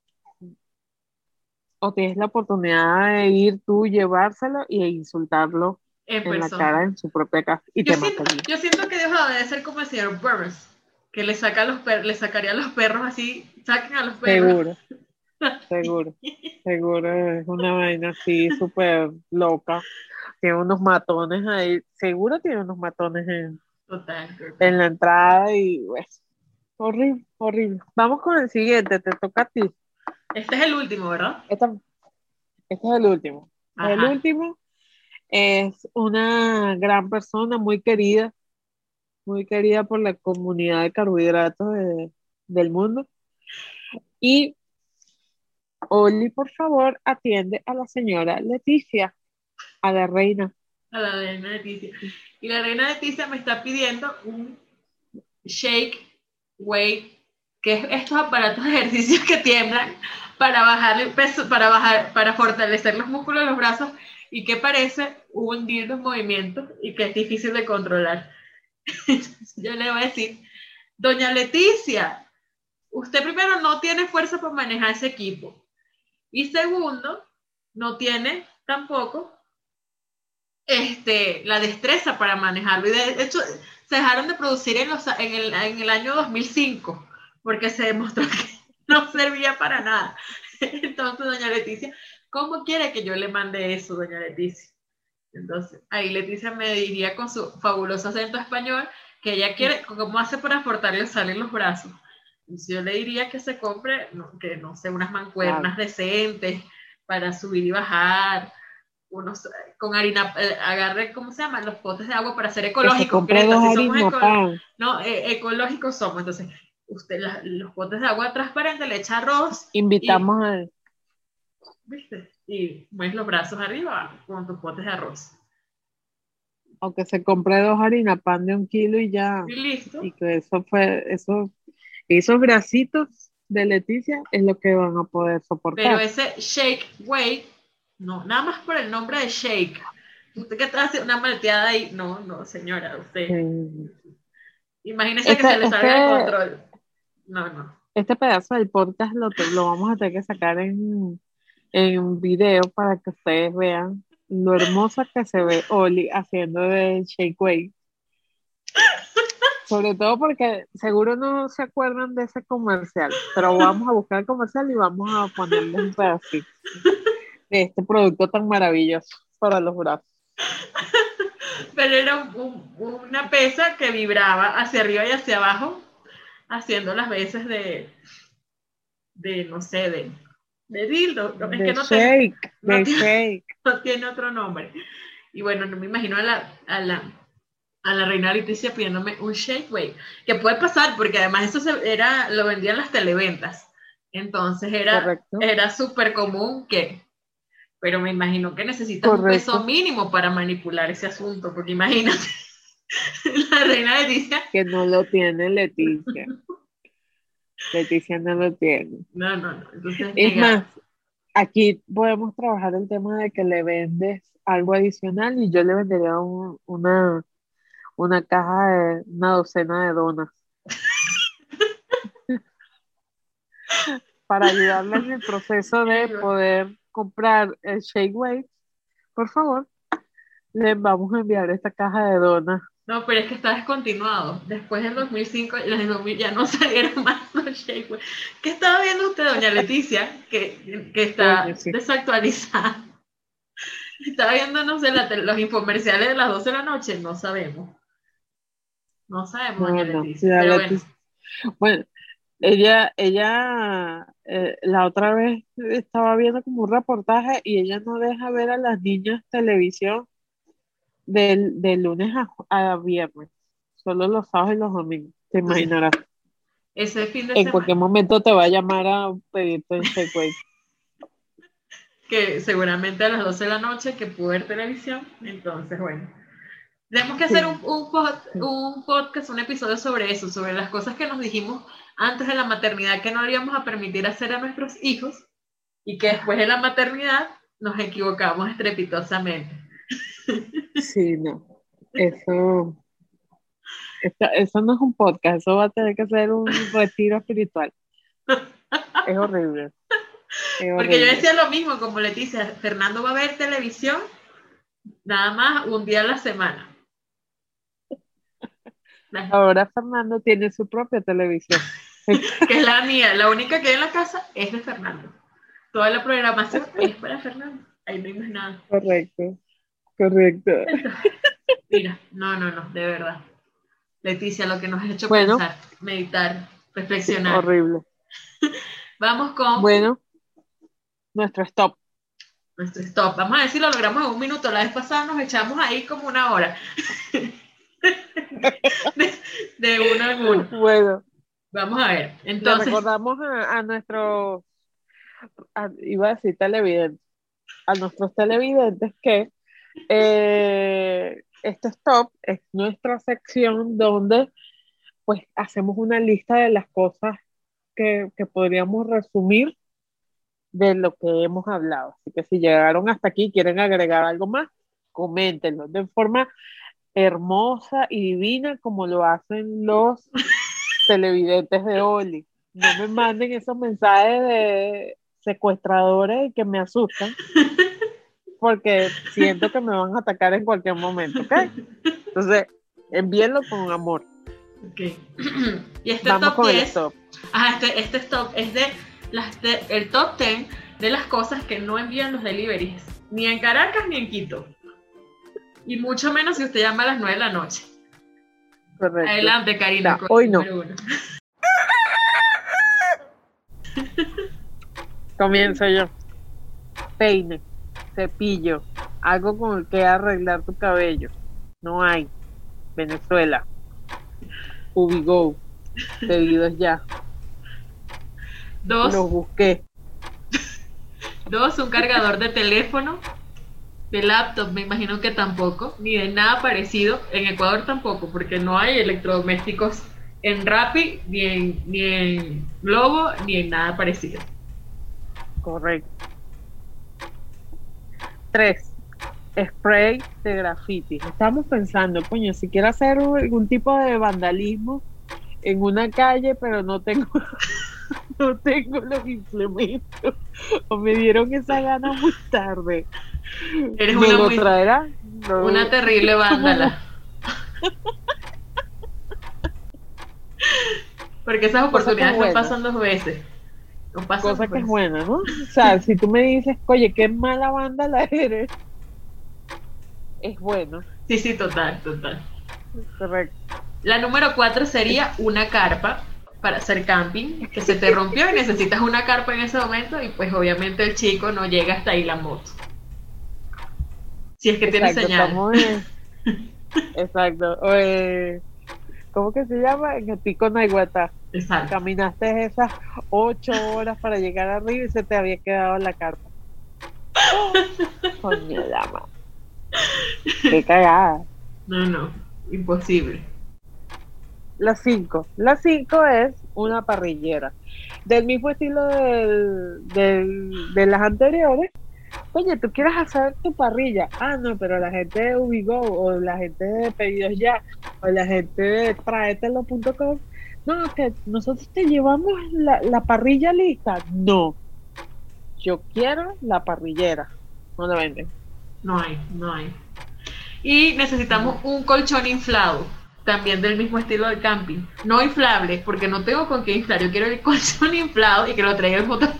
O tienes la oportunidad de ir tú, llevárselo y insultarlo En en la persona. cara en su propia casa y Yo te siento, mataría. yo siento que Dios debe ser como el señor Burns, que le saca a los per le sacaría a los perros así, saquen a los perros. Seguro, seguro, seguro. Es una vaina así súper loca. Tiene unos matones ahí. Seguro tiene unos matones en, Total, en total. la entrada y pues, horrible, horrible. Vamos con el siguiente, te toca a ti. Este es el último, ¿verdad? Esta, este es el último. El Ajá. último es una gran persona, muy querida, muy querida por la comunidad de carbohidratos de- del mundo. Y Oli, por favor, atiende a la señora Leticia, a la reina. A la reina Leticia. Y la reina Leticia me está pidiendo un shake weight, que es estos aparatos de ejercicios que tiemblan para bajar el peso, para bajar, para fortalecer los músculos de los brazos y que parece hundir los movimientos y que es difícil de controlar. Yo le voy a decir, doña Leticia, usted primero no tiene fuerza para manejar ese equipo y segundo, no tiene tampoco este, la destreza para manejarlo. Y de hecho, se dejaron de producir en, los, en, el, en el año dos mil cinco, porque se demostró que no servía para nada. Entonces, doña Leticia, ¿cómo quiere que yo le mande eso, doña Leticia? Entonces, ahí Leticia me diría con su fabuloso acento español que ella quiere, ¿cómo hace para fortalecerle los brazos? Entonces, yo le diría que se compre, no, que no sé, unas mancuernas claro. decentes para subir y bajar, unos con harina, eh, agarre, ¿cómo se llaman? Los potes de agua para ser ecológicos, Greta, si somos eco, no, eh, ecológicos somos, entonces, usted la, los potes de agua transparente le echa arroz. Invitamos a... ¿Viste? Y mueves los brazos arriba con tus potes de arroz. Aunque se compre dos harina pan de un kilo y ya. Y listo. Y que eso fue, eso, esos grasitos de Leticia es lo que van a poder soportar. Pero ese shake weight, no, nada más por el nombre de shake. Usted que está haciendo una malteada ahí, no, no, señora, usted. Sí. Imagínese este, que se le salga este, de control. No, no. Este pedazo del podcast lo, lo vamos a tener que sacar en, en video para que ustedes vean lo hermosa que se ve Oli haciendo de shake weight. Sobre todo porque seguro no se acuerdan de ese comercial, pero vamos a buscar el comercial y vamos a ponerle un pedacito de este producto tan maravilloso para los brazos. Pero era un, un, una pesa que vibraba hacia arriba y hacia abajo, haciendo las veces de, de no sé, de, de dildo. De es que no shake, te, no de tiene, shake. No tiene otro nombre. Y bueno, no me imagino a la, a la, a la reina Leticia pidiéndome un shake weight, que puede pasar porque además eso se, era, lo vendían las televentas. Entonces era, era súper común que... Pero me imagino que necesitas Correcto. un peso mínimo para manipular ese asunto, porque imagínate, la reina Leticia... Que no lo tiene Leticia. Leticia no lo tiene. No, no, no. Entonces, es más, aquí podemos trabajar el tema de que le vendes algo adicional y yo le vendería un, una, una caja de una docena de donas. Para ayudarle en el proceso de poder comprar el shake weight, por favor, les vamos a enviar esta caja de donas. No, pero es que está descontinuado. Después del dos mil cinco y del dos mil ya no salieron más los shake weight. ¿Qué estaba viendo usted, doña Leticia? Que, que está Oye, sí. desactualizada. Estaba viendo, no sé, la, los infomerciales de las doce de la noche. No sabemos. No sabemos, no, doña no, Leticia. Pero Leticia. Bueno. bueno. Ella, ella eh, la otra vez estaba viendo como un reportaje y ella no deja ver a las niñas televisión del, de lunes a, a viernes, solo los sábados y los domingos, te imaginarás. Ese fin de en semana. cualquier momento te va a llamar a pedirte el shake weight. Que seguramente a las doce de la noche que pudo ver televisión, entonces bueno. Tenemos que hacer sí. un, un, pod, un podcast, un episodio sobre eso, sobre las cosas que nos dijimos antes de la maternidad que no le íbamos a permitir hacer a nuestros hijos y que después de la maternidad nos equivocamos estrepitosamente. Sí, no. Eso, eso, eso no es un podcast, eso va a tener que ser un retiro espiritual. Es horrible. Es horrible. Porque yo decía lo mismo, como Leticia, Fernando va a ver televisión nada más un día a la semana. Ahora Fernando tiene su propia televisión. Que es la mía, la única que hay en la casa es de Fernando. Toda la programación es para Fernando. Ahí no hay más nada. Correcto, correcto. Entonces, mira, no, no, no, de verdad. Leticia, lo que nos has hecho bueno, pensar, meditar, reflexionar. Horrible. Vamos con... Bueno, nuestro stop. Nuestro stop. Vamos a ver si lo logramos en un minuto. La vez pasada nos echamos ahí como una hora. de, de uno en uno. Bueno. Vamos a ver. Entonces. Le recordamos a, a nuestros, a, iba a decir televidentes, a nuestros televidentes que eh, este stop es nuestra sección donde pues hacemos una lista de las cosas que, que podríamos resumir de lo que hemos hablado. Así que si llegaron hasta aquí y quieren agregar algo más, coméntenlo de forma hermosa y divina como lo hacen los televidentes de Oli. No me manden esos mensajes de secuestradores que me asustan. porque siento que me van a atacar en cualquier momento, ¿ok? Entonces, envíenlo con amor. Ok. Y este Vamos top con diez, el top. ajá, este, este top es de, las de el top diez de las cosas que no envían los deliveries, ni en Caracas ni en Quito. Y mucho menos si usted llama a las nueve de la noche. Correcto. Adelante, Karina, No, con hoy el no. número uno. Comienzo yo. Peine, cepillo, algo con el que arreglar tu cabello. No hay. Venezuela. Ubigo. Pedidos ya. Dos, Los busqué. dos, un cargador de teléfono, de laptop, me imagino que tampoco, ni de nada parecido. En Ecuador tampoco, porque no hay electrodomésticos en Rappi, ni en, ni en Globo, ni en nada parecido. Correcto. Tres. Spray de graffiti. Estamos pensando, coño, si quiero hacer algún tipo de vandalismo en una calle, pero no tengo no tengo los implementos, o me dieron esa gana muy tarde. Eres ¿Me una, lo muy, traerá? No. una terrible vándala. Porque esas oportunidades no pasan dos veces. No pasan Cosa dos que es veces. buena, ¿no? O sea, si tú me dices, oye, qué mala banda la eres, es bueno. Sí, sí, total, total. Correcto. La número cuatro sería una carpa para hacer camping, que se te rompió y necesitas una carpa en ese momento, y pues obviamente el chico no llega hasta ahí la moto. Si es que tiene Exacto, señal. estamos en- Exacto. O, eh, ¿cómo que se llama? En el pico Naiguatá. Exacto. Caminaste esas ocho horas para llegar arriba y se te había quedado la carpa. Coño, llama. Qué cagada. No, no, imposible. La cinco. La cinco es una parrillera. Del mismo estilo del, del- de las anteriores. Oye, tú quieres hacer tu parrilla. Ah, no, pero la gente de Ubigo o la gente de Pedidos Ya o la gente de traetelo punto com, no, que nosotros te llevamos la, la parrilla lista. No, yo quiero la parrillera. No la venden. No hay, no hay. Y necesitamos un colchón inflado, también del mismo estilo del camping. No inflable, porque no tengo con qué inflar. Yo quiero el colchón inflado y que lo traiga el motor.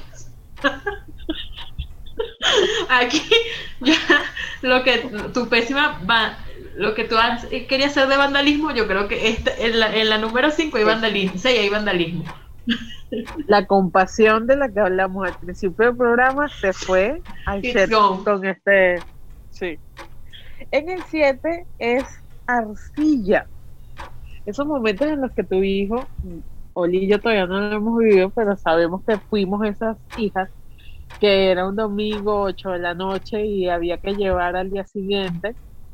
Aquí ya lo que tu pésima va, lo que tú has, querías hacer de vandalismo, yo creo que esta, en, la, en la número cinco hay vandalismo, seis hay vandalismo. La compasión de la que hablamos al principio del programa se fue al It's set gone. con este. Sí. En el siete es arcilla. Esos momentos en los que tu hijo, Oli y yo todavía no lo hemos vivido, pero sabemos que fuimos esas hijas, que era un domingo, ocho de la noche, y había que llevar al día siguiente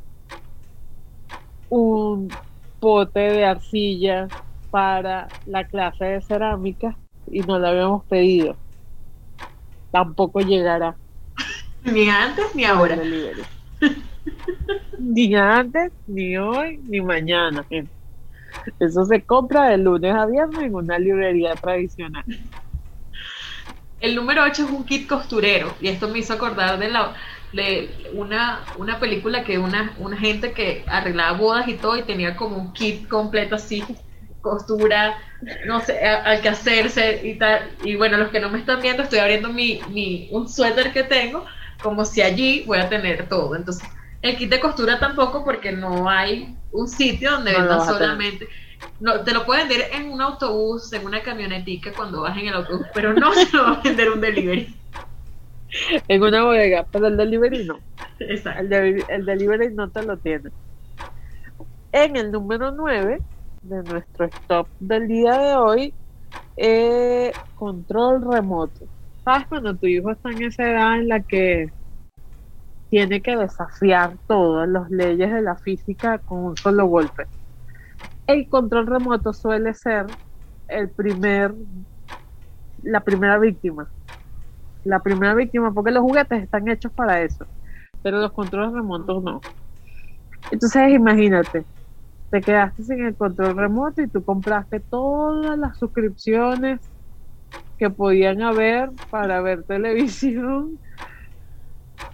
un pote de arcilla para la clase de cerámica y no lo habíamos pedido. Tampoco llegará. Ni antes ni por ahora. el delivery. Ni antes, ni hoy, ni mañana. Eso se compra de lunes a viernes en una librería tradicional. El número ocho es un kit costurero, y esto me hizo acordar de la de una, una película que una, una gente que arreglaba bodas y todo, y tenía como un kit completo así, costura, no sé, al que hacerse y tal. Y bueno, los que no me están viendo, estoy abriendo mi, mi un suéter que tengo, como si allí voy a tener todo. Entonces, el kit de costura tampoco, porque no hay un sitio donde No lo vendan vas a tener. solamente. No, te lo pueden vender en un autobús, en una camionetica cuando vas en el autobús, pero no se lo va a vender un delivery. En una bodega, pero el delivery no. Exacto. El, de- el delivery no te lo tiene. En el número nueve de nuestro stop del día de hoy, eh, control remoto. ¿Sabes cuando tu hijo está en esa edad en la que tiene que desafiar todas las leyes de la física con un solo golpe? El control remoto suele ser el primer, la primera víctima. La primera víctima, porque los juguetes están hechos para eso, pero los controles remotos no. Entonces imagínate, te quedaste sin el control remoto y tú compraste todas las suscripciones que podían haber para ver televisión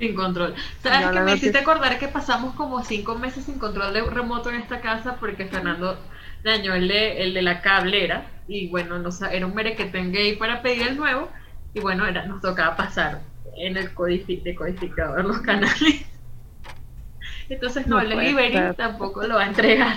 Sin control. ¿Sabes No, que no, me no, hiciste acordar que pasamos como cinco meses sin control de remoto en esta casa porque Fernando dañó el de, el de la cablera y bueno, no, sa- era un merequetén gay para pedir el nuevo y bueno, era, nos tocaba pasar en el codifi- decodificador los canales. Entonces no, no el puede delivery ser. tampoco lo va a entregar.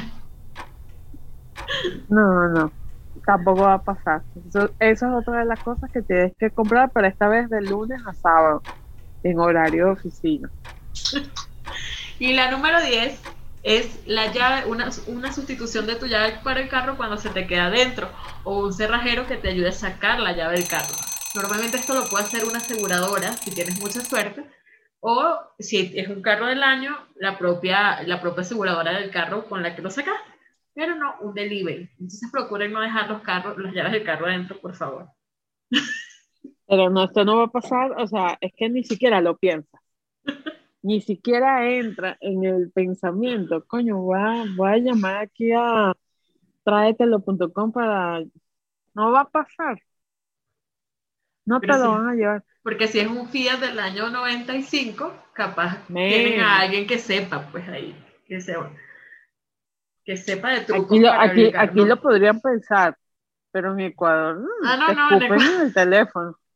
No, no, no. Tampoco va a pasar. Eso, eso es otra de las cosas que tienes que comprar, pero esta vez de lunes a sábado, en horario de oficina. Y la número diez es la llave, una, una sustitución de tu llave para el carro cuando se te queda dentro o un cerrajero que te ayude a sacar la llave del carro. Normalmente esto lo puede hacer una aseguradora si tienes mucha suerte o si es un carro del año, la propia, la propia aseguradora del carro con la que lo sacaste. Pero no un delivery. Entonces procuren no dejar los carros, las llaves del carro adentro, por favor. Pero no, esto no va a pasar, o sea, es que ni siquiera lo piensas, ni siquiera entra en el pensamiento, coño, voy a, voy a llamar aquí a tráetelo punto com para... No va a pasar, no Pero te lo sí, van a llevar. porque si es un Fiat del año noventa y cinco, capaz tienen a Men, alguien que sepa, pues ahí, que, se, que sepa de aquí trucos lo, para aquí, brincar, aquí ¿no? lo podrían pensar, pero en Ecuador Ah, mm, no, te no, en escupen Ecuador. en el teléfono. O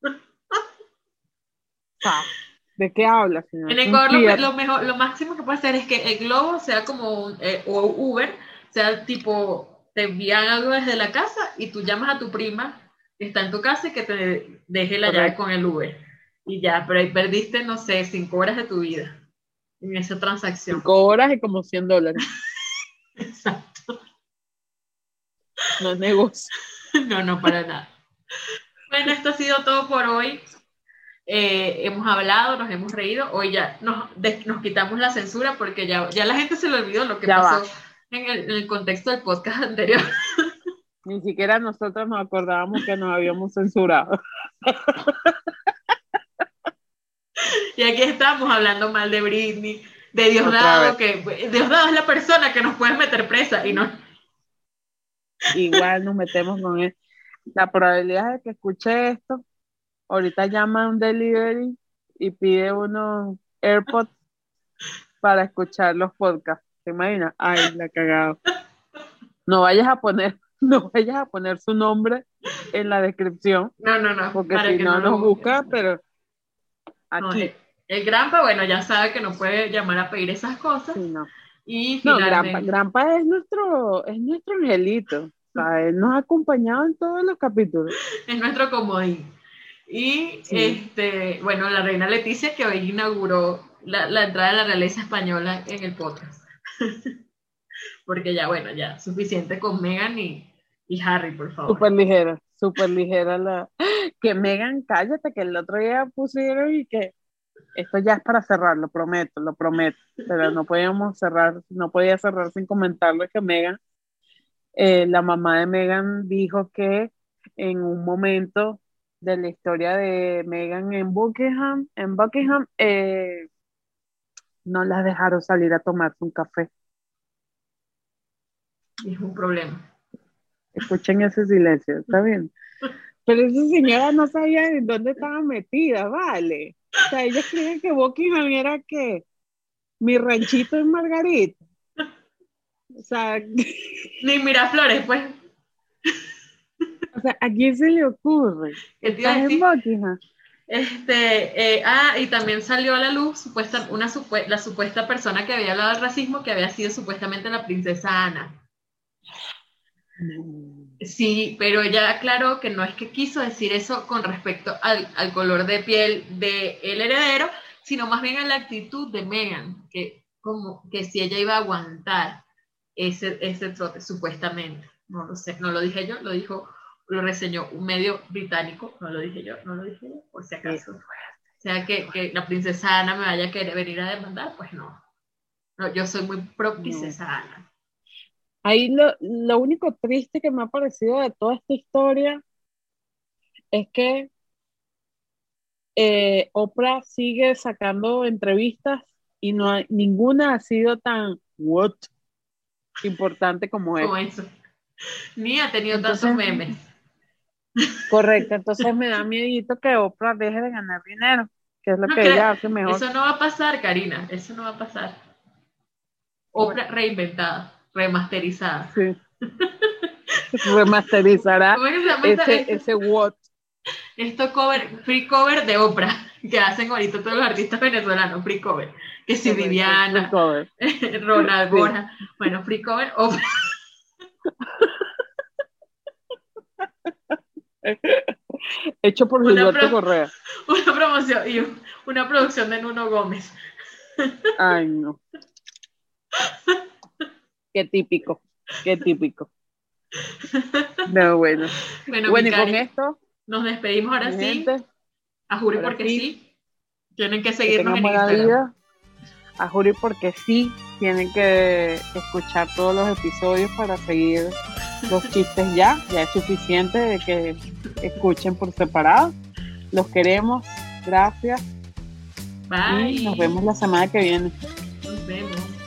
sea, ¿de qué hablas, señor? En Es un Ecuador lo, Fiat. lo mejor, lo máximo que puede hacer es que el globo sea como un, eh, o Uber, sea tipo, te envían algo desde la casa y tú llamas a tu prima que está en tu casa y que te deje la llave Correcto. con el Uber. Y ya, pero ahí perdiste, no sé, cinco horas de tu vida en esa transacción. Cinco horas y como cien dólares. Exacto. No es negocio. No, no, para nada. Bueno, esto ha sido todo por hoy. Eh, hemos hablado, nos hemos reído. Hoy ya nos, de, nos quitamos la censura porque ya, ya la gente se le olvidó lo que Ya pasó va. en el, en el contexto del podcast anterior. Ni siquiera nosotros nos acordábamos que nos habíamos censurado. Y aquí estamos hablando mal de Britney, de Otra Diosdado, vez. que Diosdado es la persona que nos puede meter presa y no. Igual nos metemos con él. La probabilidad de que escuche esto, ahorita llama a un delivery y pide unos AirPods para escuchar los podcasts. ¿Te imaginas? Ay, la cagado. No vayas a poner, no vayas a poner su nombre en la descripción, No, no, no, porque para si que no no lo nos busquen. busca, pero No, el, aquí, el Grampa, bueno, ya sabe que no puede llamar a pedir esas cosas. sí, no. Y No, Grampa, finalmente, Grampa es nuestro, es nuestro angelito. O sea, él nos ha acompañado en todos los capítulos. es nuestro comodín. Y Sí. este, bueno, la reina Leticia que hoy inauguró la, la entrada de la realeza española en el podcast. Porque ya, bueno, ya, suficiente con Meghan y, y Harry, por favor. Súper ligera, súper ligera la... Que Megan, cállate, que el otro día pusieron y que esto ya es para cerrar, lo prometo, lo prometo. Pero no podíamos cerrar, no podía cerrar sin comentarlo que Megan, eh, la mamá de Megan dijo que en un momento de la historia de Megan en Buckingham, en Buckingham, eh, no las dejaron salir a tomarse un café. Y es un problema. Escuchen ese silencio, ¿está bien? Pero esa señora no sabía en dónde estaba metida, ¿vale? O sea, ellos creían que Buckingham era que mi ranchito en Margarita. O sea, Ni Miraflores, pues, o sea, ¿a quién se le ocurre? ¿qué te iba a ¿Estás en decir? Buckingham? Este, eh, ah, y también salió a la luz supuesta, una supue- la supuesta persona que había hablado del racismo, que había sido supuestamente la princesa Ana. No. Sí, pero ella aclaró que no es que quiso decir eso con respecto al, al color de piel del heredero, sino más bien a la actitud de Meghan, que como que si ella iba a aguantar ese, ese trote, supuestamente. No lo sé, no lo dije yo, lo dijo, lo reseñó un medio británico, no lo dije yo, no lo dije yo, por si acaso. O sea, que, que la princesa Ana me vaya a querer venir a demandar, pues no. No, yo soy muy pro No. princesa Ana. Ahí lo, lo único triste que me ha parecido de toda esta historia es que eh, Oprah sigue sacando entrevistas y no hay, ninguna ha sido tan what importante como Como esta. eso. Ni ha tenido tantos Entonces, memes. correcto, entonces me da miedito que Oprah deje de ganar dinero. que es lo No que creo- ella hace mejor. Eso no va a pasar, Karina, eso no va a pasar. Oprah reinventada, remasterizada. Sí. Remasterizará ¿Cómo es que se llama esta- ese, esta- ese what. Esto cover, free cover de Oprah, que hacen ahorita todos los artistas venezolanos, free cover. Que si Correcto, Viviana, cover. Ronald Sí. Borja. Bueno, free cover, Oprah. Hecho por Una Gilberto pro- Correa. Una promoción y un- una producción de Nuno Gómez. Ay, no. Qué típico, qué típico. No, bueno. Bueno, Bueno, mi y con Cari, esto, nos despedimos ahora mi sí. gente, A Juri ahora porque sí. sí. Tienen que que seguirnos tengan en buena Instagram. vida. A Juri porque sí, tienen que escuchar todos los episodios para seguir los chistes ya. Ya es suficiente de que escuchen por separado. Los queremos. Gracias. Bye. Y nos vemos la semana que viene. Nos vemos.